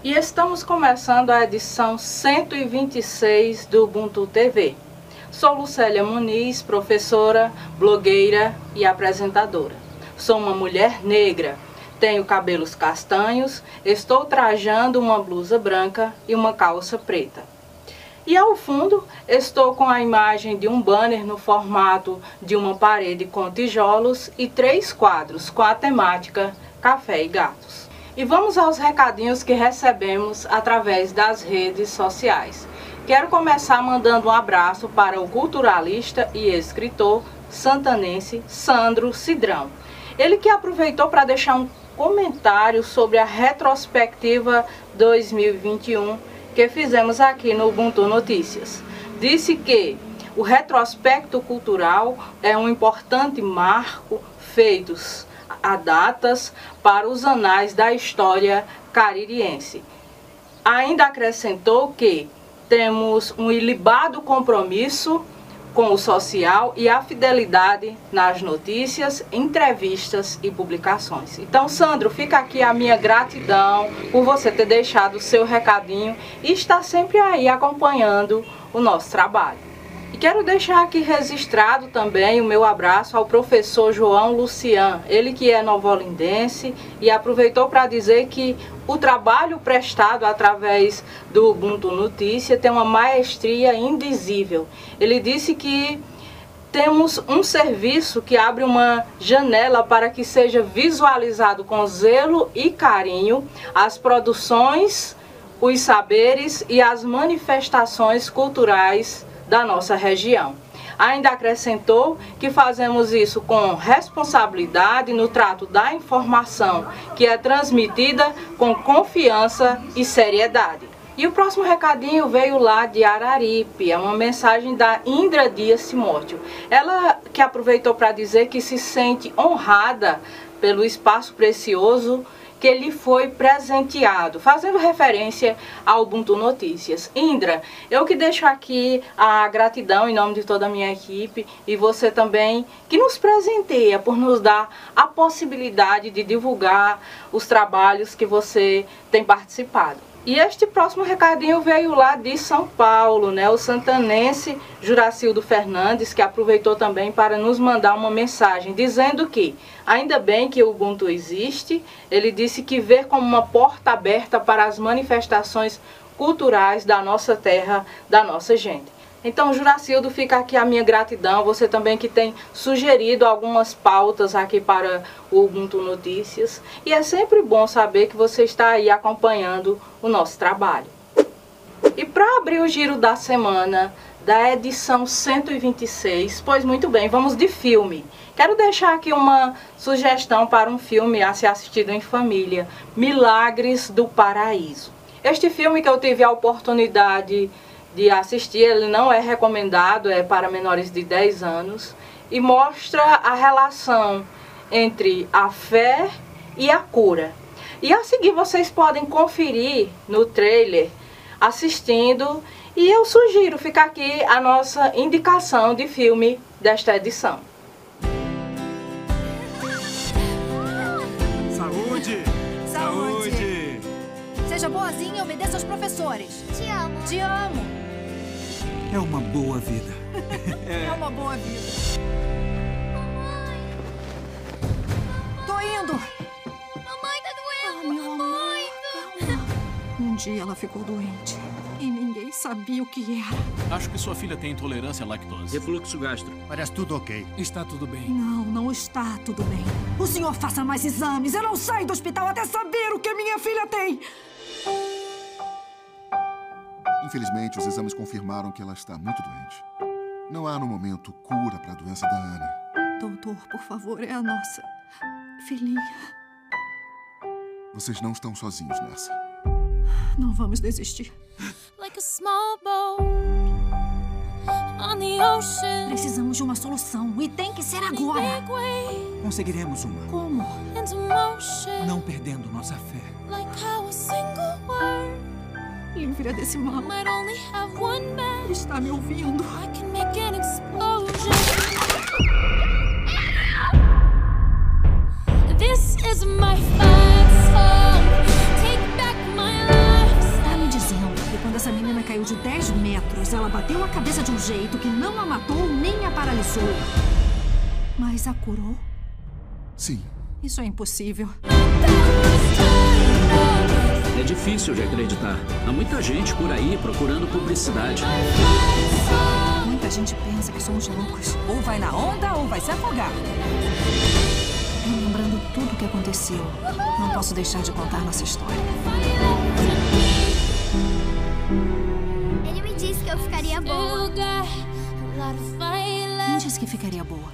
E estamos começando a edição 126 do Ubuntu TV. Sou Lucélia Muniz, professora, blogueira e apresentadora. Sou uma mulher negra, tenho cabelos castanhos, estou trajando uma blusa branca e uma calça preta. E ao fundo estou com a imagem de um banner no formato de uma parede com tijolos e 3 quadros com a temática Café e Gatos. E vamos aos recadinhos que recebemos através das redes sociais. Quero começar mandando um abraço para o culturalista e escritor santanense Sandro Cidrão. Ele que aproveitou para deixar um comentário sobre a retrospectiva 2021 que fizemos aqui no Ubuntu Notícias. Disse que o retrospecto cultural é um importante marco feito a datas para os anais da história caririense. Ainda acrescentou que temos um ilibado compromisso com o social e a fidelidade nas notícias, entrevistas e publicações. Então, Sandro, fica aqui a minha gratidão por você ter deixado o seu recadinho e estar sempre aí acompanhando o nosso trabalho. E quero deixar aqui registrado também o meu abraço ao professor João Lucian, ele que é novolindense e aproveitou para dizer que o trabalho prestado através do Ubuntu Notícia tem uma maestria indizível. Ele disse que temos um serviço que abre uma janela para que seja visualizado com zelo e carinho as produções, os saberes e as manifestações culturais da nossa região. Ainda acrescentou que fazemos isso com responsabilidade no trato da informação que é transmitida com confiança e seriedade. E o próximo recadinho veio lá de Araripe, é uma mensagem da Indra Dias Timóteo. Ela que aproveitou para dizer que se sente honrada pelo espaço precioso que lhe foi presenteado, fazendo referência ao Ubuntu Notícias. Indra, eu que deixo aqui a gratidão em nome de toda a minha equipe e você também que nos presenteia por nos dar a possibilidade de divulgar os trabalhos que você tem participado. E este próximo recadinho veio lá de São Paulo, né? O santanense Juracildo Fernandes, que aproveitou também para nos mandar uma mensagem dizendo que ainda bem que o Ubuntu existe. Ele disse que vê como uma porta aberta para as manifestações culturais da nossa terra, da nossa gente. Então, Juracildo, fica aqui a minha gratidão. Você também que tem sugerido algumas pautas aqui para o Ubuntu Notícias. E é sempre bom saber que você está aí acompanhando o nosso trabalho. E para abrir o giro da semana da edição 126, pois muito bem, vamos de filme. Quero deixar aqui uma sugestão para um filme a ser assistido em família, Milagres do Paraíso. Este filme que eu tive a oportunidade de assistir, ele não é recomendado, é para menores de 10 anos e mostra a relação entre a fé e a cura. E a seguir vocês podem conferir no trailer assistindo e eu sugiro ficar aqui a nossa indicação de filme desta edição. Saúde! Saúde! Seja boazinha e obedeça aos professores. Te amo. Te amo. É uma boa vida. É uma boa vida. Mamãe. Tô indo. Mamãe, tá doendo. Meu amor, Muito. calma. Um dia ela ficou doente e ninguém sabia o que era. Acho que sua filha tem intolerância à lactose. Refluxo gastro. Parece tudo ok. Está tudo bem. Não, não está tudo bem. O senhor faça mais exames. Eu não saio do hospital até saber o que minha filha tem. Infelizmente, os exames confirmaram que ela está muito doente. Não há, no momento, cura para a doença da Ana. Doutor, por favor, é a nossa filhinha. Vocês não estão sozinhos nessa. Não vamos desistir. Like a small boat on the ocean. Precisamos de uma solução e tem que ser agora. Big wave Conseguiremos uma. Como? into motion. Não perdendo nossa fé. Like how a single word Livre-a desse mal. might only have one man. Está me ouvindo? I can make an explosion. This is my fight song. Take back my life. ela bateu a cabeça de um jeito que não a matou nem a paralisou. Mas a curou? Sim. Isso é impossível. É difícil de acreditar. Há muita gente por aí procurando publicidade. Muita gente pensa que somos loucos. Ou vai na onda ou vai se afogar. Lembrando tudo o que aconteceu, não posso deixar de contar nossa história. Ele me disse que eu ficaria boa. Quem disse que ficaria boa?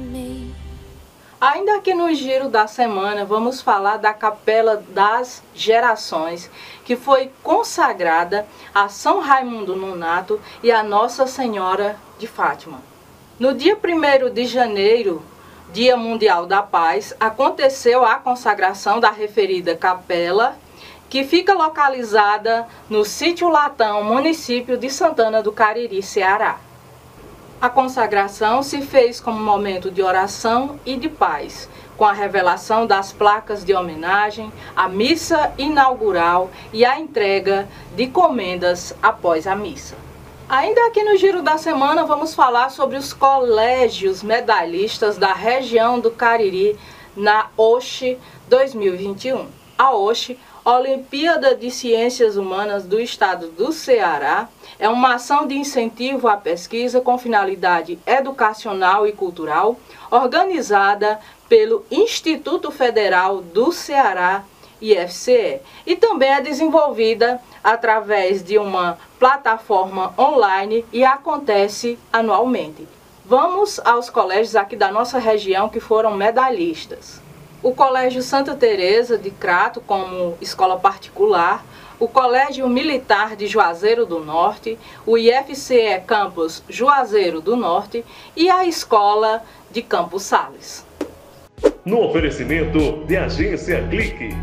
Ainda aqui no Giro da Semana, vamos falar da Capela das Gerações, que foi consagrada a São Raimundo Nonato e a Nossa Senhora de Fátima. No dia 1º de janeiro, Dia Mundial da Paz, aconteceu a consagração da referida capela, que fica localizada no Sítio Latão, município de Santana do Cariri, Ceará. A consagração se fez como momento de oração e de paz, com a revelação das placas de homenagem, a missa inaugural e a entrega de comendas após a missa. Ainda aqui no Giro da Semana vamos falar sobre os colégios medalhistas da região do Cariri na OSCE 2021. A OSCE, Olimpíada de Ciências Humanas do Estado do Ceará, é uma ação de incentivo à pesquisa com finalidade educacional e cultural, organizada pelo Instituto Federal do Ceará, IFCE, e também é desenvolvida através de uma plataforma online e acontece anualmente. Vamos aos colégios aqui da nossa região que foram medalhistas. O Colégio Santa Teresa de Crato, como escola particular, o Colégio Militar de Juazeiro do Norte, o IFCE Campus Juazeiro do Norte e a Escola de Campos Sales. No oferecimento de Agência Clique,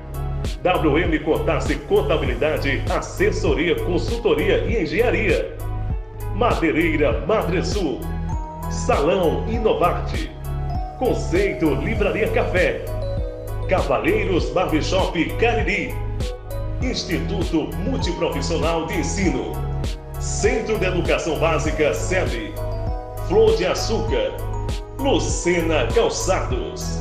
WM Contasse Contabilidade, Assessoria, Consultoria e Engenharia, Madeireira Madresul, Salão Inovarte, Conceito Livraria Café, Cavaleiros Barbershop Cariri, Instituto Multiprofissional de Ensino, Centro de Educação Básica SEB, Flor de Açúcar, Lucena Calçados.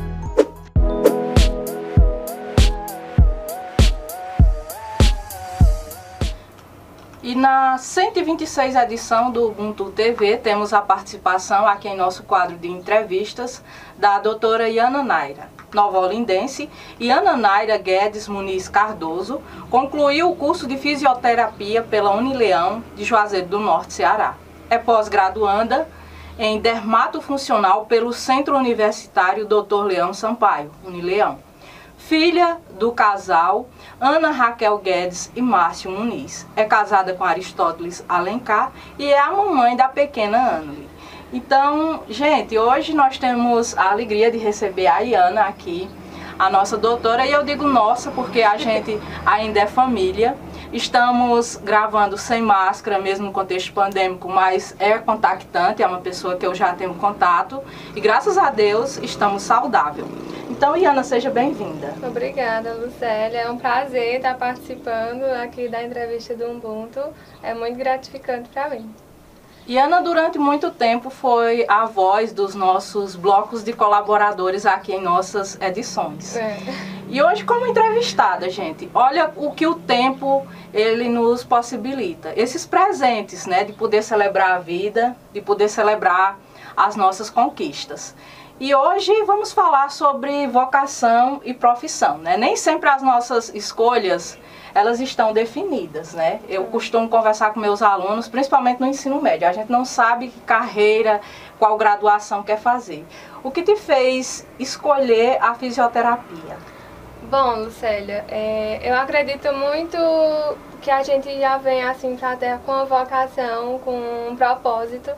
E na 126 edição do Ubuntu TV, temos a participação aqui em nosso quadro de entrevistas da doutora Iana Naira, nova-olindense. Iana Naira Guedes Muniz Cardoso concluiu o curso de fisioterapia pela Unileão de Juazeiro do Norte, Ceará. É pós-graduanda em dermatofuncional pelo Centro Universitário Dr. Leão Sampaio, Unileão. Filha do casal Ana Raquel Guedes e Márcio Muniz. É casada com Aristóteles Alencar e é a mamãe da pequena Anne. Então, gente, hoje nós temos a alegria de receber a Iana aqui, a nossa doutora, e eu digo nossa porque a gente ainda é família. Estamos gravando sem máscara, mesmo no contexto pandêmico, mas é contactante, é uma pessoa que eu já tenho contato e graças a Deus estamos saudáveis. Então, Iana, seja bem-vinda. Obrigada, Lucélia. É um prazer estar participando aqui da entrevista do Ubuntu. É muito gratificante para mim. Iana, durante muito tempo, foi a voz dos nossos blocos de colaboradores aqui em nossas edições. E hoje, como entrevistada, gente, olha o que o tempo ele nos possibilita. Esses presentes, né, de poder celebrar a vida, de poder celebrar as nossas conquistas. E hoje vamos falar sobre vocação e profissão, né? Nem sempre as nossas escolhas, elas estão definidas, né? Eu costumo conversar com meus alunos, principalmente no ensino médio. A gente não sabe que carreira, qual graduação quer fazer. O que te fez escolher a fisioterapia? Bom, Lucélia, eu acredito muito que a gente já vem assim pra Terra com uma vocação, com um propósito.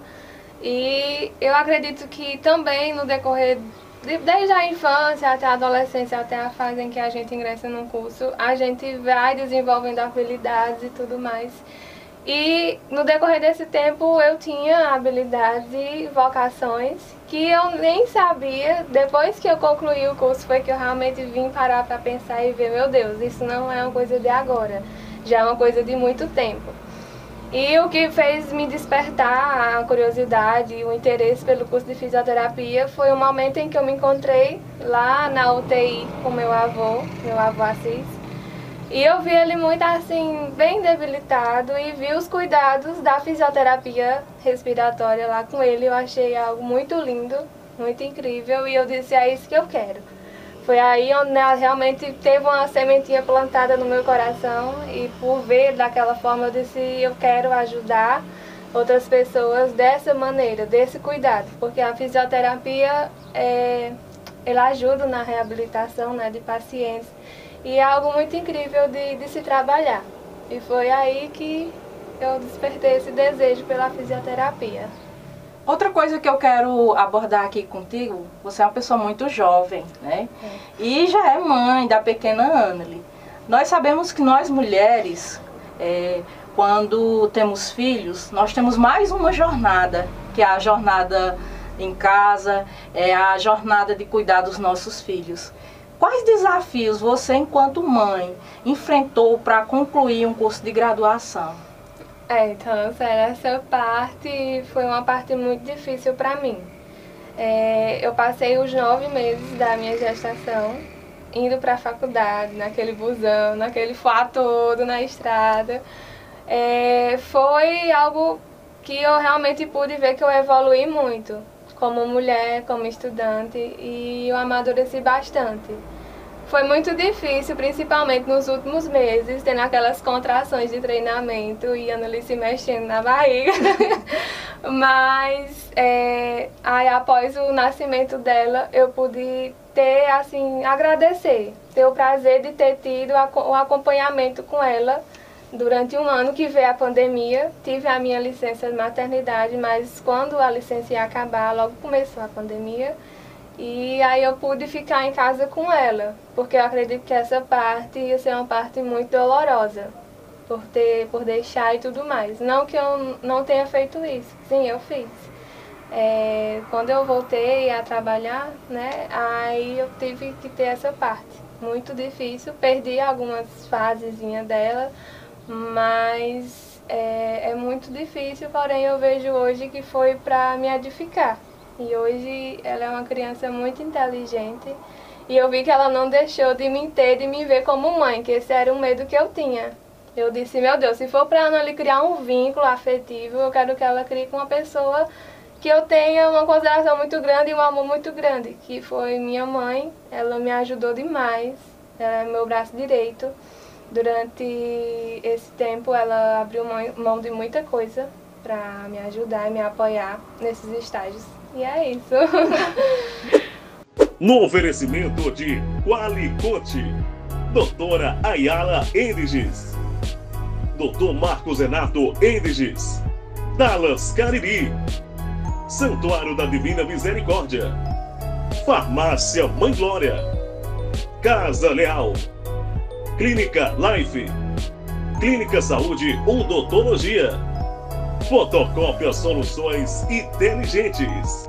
E eu acredito que também no decorrer, desde a infância até a adolescência, até a fase em que a gente ingressa num curso, a gente vai desenvolvendo habilidades e tudo mais. E no decorrer desse tempo eu tinha habilidades e vocações que eu nem sabia. Depois que eu concluí o curso foi que eu realmente vim parar para pensar e ver, meu Deus, isso não é uma coisa de agora, já é uma coisa de muito tempo. E o que fez me despertar a curiosidade e o interesse pelo curso de fisioterapia foi o momento em que eu me encontrei lá na UTI com meu avô Assis. E eu vi ele muito assim, bem debilitado, e vi os cuidados da fisioterapia respiratória lá com ele. Eu achei algo muito lindo, muito incrível, e eu disse, é isso que eu quero. Foi aí onde realmente teve uma sementinha plantada no meu coração, e por ver daquela forma eu disse, eu quero ajudar outras pessoas dessa maneira, desse cuidado, porque a fisioterapia ela ajuda na reabilitação, né, de pacientes, e é algo muito incrível de se trabalhar. E foi aí que eu despertei esse desejo pela fisioterapia. Outra coisa que eu quero abordar aqui contigo, você é uma pessoa muito jovem, né? E já é mãe da pequena Anneli. Nós sabemos que nós mulheres, quando temos filhos, nós temos mais uma jornada, que é a jornada em casa, é a jornada de cuidar dos nossos filhos. Quais desafios você, enquanto mãe, enfrentou para concluir um curso de graduação? Então, sério, essa parte foi uma parte muito difícil para mim. Eu passei os 9 meses da minha gestação indo para a faculdade, naquele busão, naquele fuá todo na estrada. Foi algo que eu realmente pude ver que eu evoluí muito como mulher, como estudante, e eu amadureci bastante. Foi muito difícil, principalmente nos últimos meses, tendo aquelas contrações de treinamento e Anneli se mexendo na barriga. Mas aí, após o nascimento dela, eu pude ter, assim, agradecer, ter o prazer de ter tido o acompanhamento com ela durante um ano que veio a pandemia. Tive a minha licença de maternidade, mas quando a licença ia acabar, logo começou a pandemia. E aí eu pude ficar em casa com ela, porque eu acredito que essa parte ia ser uma parte muito dolorosa, por deixar e tudo mais. Não que eu não tenha feito isso, sim, eu fiz. Quando eu voltei a trabalhar, né, aí eu tive que ter essa parte. Muito difícil, perdi algumas fasezinhas dela, mas é muito difícil, porém eu vejo hoje que foi para me edificar. E hoje ela é uma criança muito inteligente, e eu vi que ela não deixou de me ter, de me ver como mãe, que esse era um medo que eu tinha. Eu disse, meu Deus, se for para Anneli criar um vínculo afetivo, eu quero que ela crie com uma pessoa que eu tenha uma consideração muito grande e um amor muito grande, que foi minha mãe. Ela me ajudou demais, ela é meu braço direito. Durante esse tempo ela abriu mão de muita coisa para me ajudar e me apoiar nesses estágios. E é isso. No oferecimento de Qualicote, doutora Ayala Endiges, doutor Marcos Renato Endiges, Dallas Cariri, Santuário da Divina Misericórdia, Farmácia Mãe Glória, Casa Leal, Clínica Life, Clínica Saúde Odontologia, Fotocópia Soluções Inteligentes.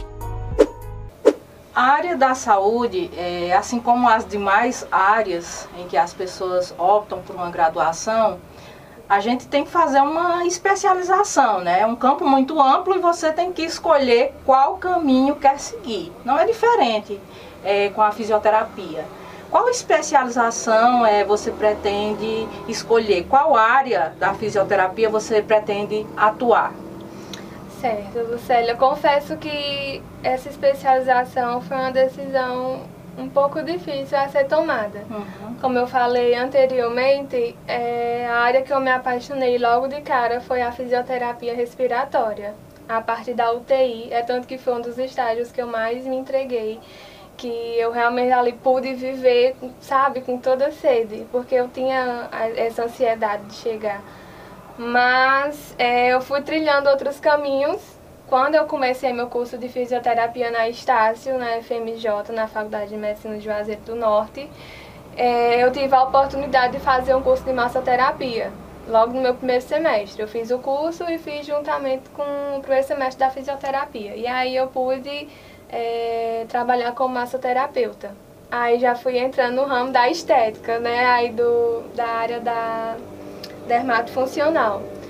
A área da saúde, assim como as demais áreas em que as pessoas optam por uma graduação, a gente tem que fazer uma especialização, né? É um campo muito amplo e você tem que escolher qual caminho quer seguir. Não é diferente com a fisioterapia. Qual especialização você pretende escolher? Qual área da fisioterapia você pretende atuar? Certo, Lucélia. Eu confesso que essa especialização foi uma decisão um pouco difícil a ser tomada. Como eu falei anteriormente, a área que eu me apaixonei logo de cara foi a fisioterapia respiratória. A parte da UTI, tanto que foi um dos estágios que eu mais me entreguei, que eu realmente ali pude viver, sabe, com toda sede, porque eu tinha essa ansiedade de chegar. Mas eu fui trilhando outros caminhos. Quando eu comecei meu curso de fisioterapia na Estácio, na FMJ, na Faculdade de Medicina de Juazeiro do Norte, eu tive a oportunidade de fazer um curso de massoterapia, logo no meu primeiro semestre. Eu fiz o curso e fiz juntamente com o primeiro semestre da fisioterapia. E aí eu pude trabalhar como massoterapeuta. Aí já fui entrando no ramo da estética, né? Aí da área da dermatofuncional.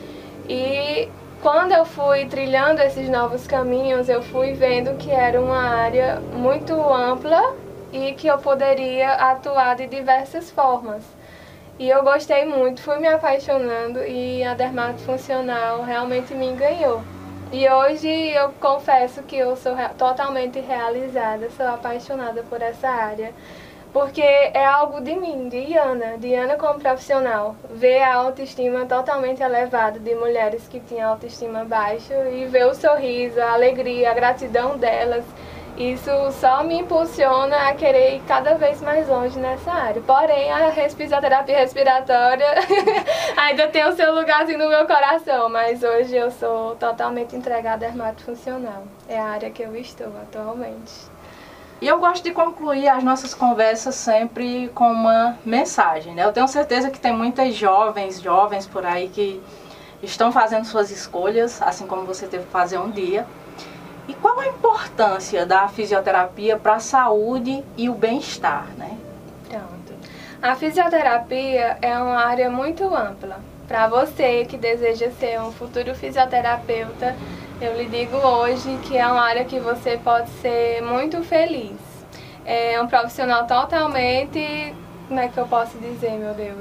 E quando eu fui trilhando esses novos caminhos, eu fui vendo que era uma área muito ampla e que eu poderia atuar de diversas formas. E eu gostei muito, fui me apaixonando e a dermatofuncional realmente me ganhou. E hoje eu confesso que eu sou totalmente realizada, sou apaixonada por essa área. Porque é algo de mim, de Iana como profissional. Ver a autoestima totalmente elevada de mulheres que tinham autoestima baixa e ver o sorriso, a alegria, a gratidão delas. Isso só me impulsiona a querer ir cada vez mais longe nessa área. Porém, a fisioterapia respiratória ainda tem o seu lugarzinho no meu coração, mas hoje eu sou totalmente entregada à dermatofuncional. É a área que eu estou atualmente. E eu gosto de concluir as nossas conversas sempre com uma mensagem, né? Eu tenho certeza que tem muitas jovens por aí que estão fazendo suas escolhas, assim como você teve que fazer um dia. E qual a importância da fisioterapia para a saúde e o bem-estar, né? Pronto. A fisioterapia é uma área muito ampla. Para você que deseja ser um futuro fisioterapeuta, eu lhe digo hoje que é uma área que você pode ser muito feliz. É um profissional totalmente, como é que eu posso dizer, meu Deus?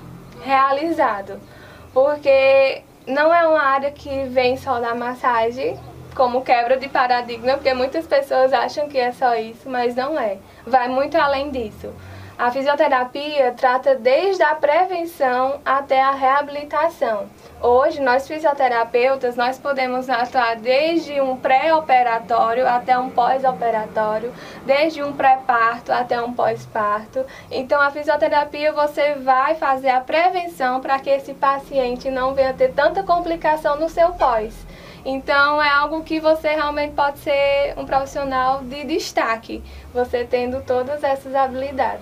Realizado. Porque não é uma área que vem só da massagem, como quebra de paradigma, porque muitas pessoas acham que é só isso, mas não é. Vai muito além disso. A fisioterapia trata desde a prevenção até a reabilitação. Hoje, nós fisioterapeutas, nós podemos atuar desde um pré-operatório até um pós-operatório, desde um pré-parto até um pós-parto. Então, a fisioterapia, você vai fazer a prevenção para que esse paciente não venha ter tanta complicação no seu pós. Então, é algo que você realmente pode ser um profissional de destaque, você tendo todas essas habilidades.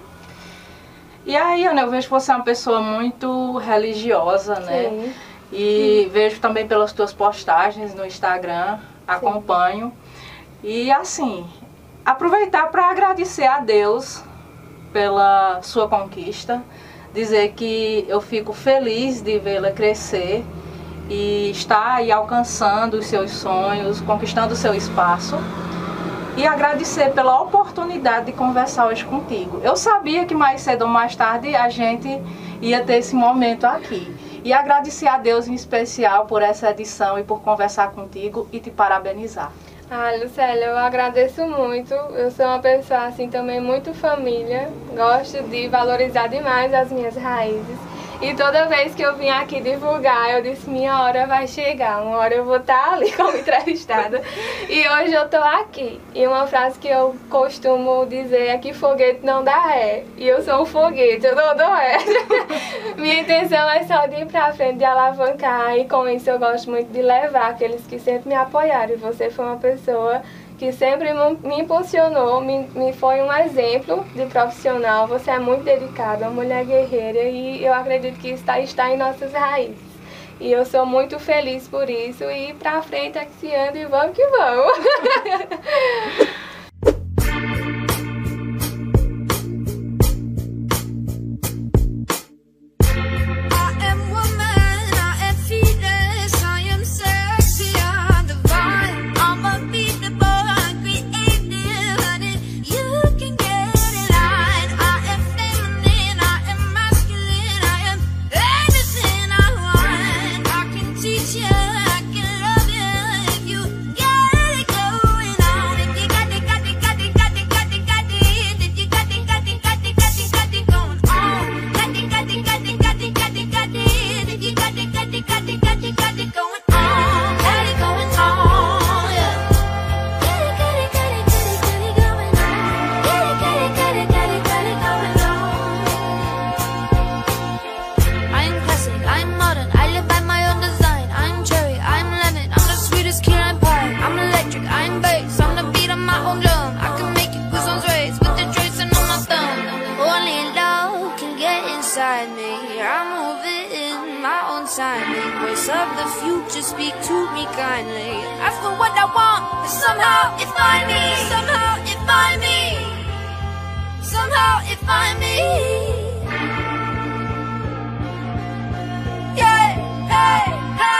E aí, Ana, eu vejo que você é uma pessoa muito religiosa, né? Sim. E vejo também pelas tuas postagens no Instagram, acompanho. E assim, aproveitar para agradecer a Deus pela sua conquista, dizer que eu fico feliz de vê-la crescer e estar aí alcançando os seus sonhos, conquistando o seu espaço. E agradecer pela oportunidade de conversar hoje contigo. Eu sabia que mais cedo ou mais tarde a gente ia ter esse momento aqui. E agradecer a Deus em especial por essa edição e por conversar contigo e te parabenizar. Ah, Lucélia, eu agradeço muito. Eu sou uma pessoa assim também muito família. Gosto de valorizar demais as minhas raízes. E toda vez que eu vim aqui divulgar, eu disse, minha hora vai chegar, uma hora eu vou estar ali como entrevistada. E hoje eu tô aqui. E uma frase que eu costumo dizer é que foguete não dá ré. E eu sou um foguete, eu não dou ré. Minha intenção é só de ir pra frente, de alavancar. E com isso eu gosto muito de levar aqueles que sempre me apoiaram. E você foi uma pessoa que sempre me impulsionou, me foi um exemplo de profissional. Você é muito dedicada, uma mulher guerreira e eu acredito que isso está em nossas raízes. E eu sou muito feliz por isso e pra frente é que se anda e vamos que vamos. Voice of the future, speak to me kindly. Ask for what I want, somehow it find me. Somehow it find me. Somehow it find me. Yeah, hey, hey.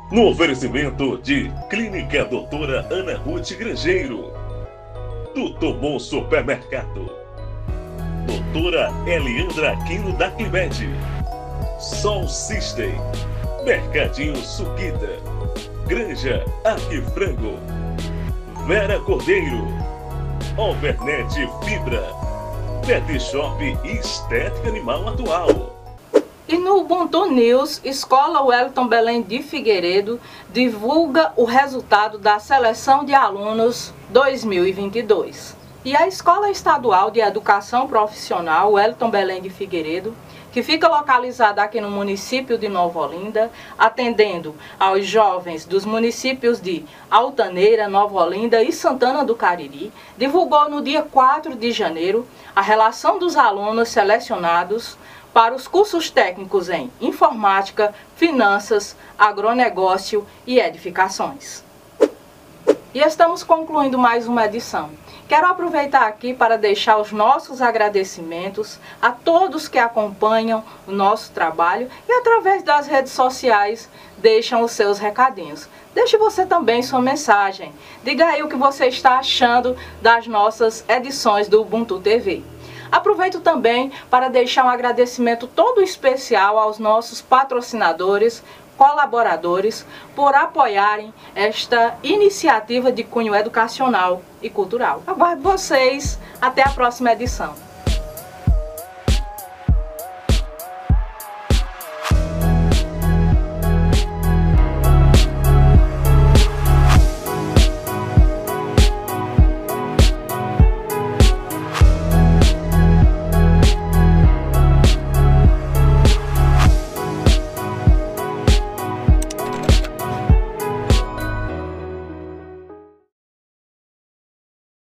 No oferecimento de Clínica Doutora Ana Ruth Grangeiro, Doutor Bom Supermercado, Doutora Eliandra Aquino da Climed, Sol System, Mercadinho Suquita, Granja Arquifrango, Vera Cordeiro, Overnet Fibra, Pet Shop e Estética Animal Atual. E no Ubuntu News, Escola Wellington Belém de Figueiredo divulga o resultado da seleção de alunos 2022. E a Escola Estadual de Educação Profissional Wellington Belém de Figueiredo, que fica localizada aqui no município de Nova Olinda, atendendo aos jovens dos municípios de Altaneira, Nova Olinda e Santana do Cariri, divulgou no dia 4 de janeiro a relação dos alunos selecionados para os cursos técnicos em Informática, Finanças, Agronegócio e Edificações. E estamos concluindo mais uma edição. Quero aproveitar aqui para deixar os nossos agradecimentos a todos que acompanham o nosso trabalho e através das redes sociais deixam os seus recadinhos. Deixe você também sua mensagem. Diga aí o que você está achando das nossas edições do Ubuntu TV. Aproveito também para deixar um agradecimento todo especial aos nossos patrocinadores, colaboradores, por apoiarem esta iniciativa de cunho educacional e cultural. Aguardo vocês até a próxima edição.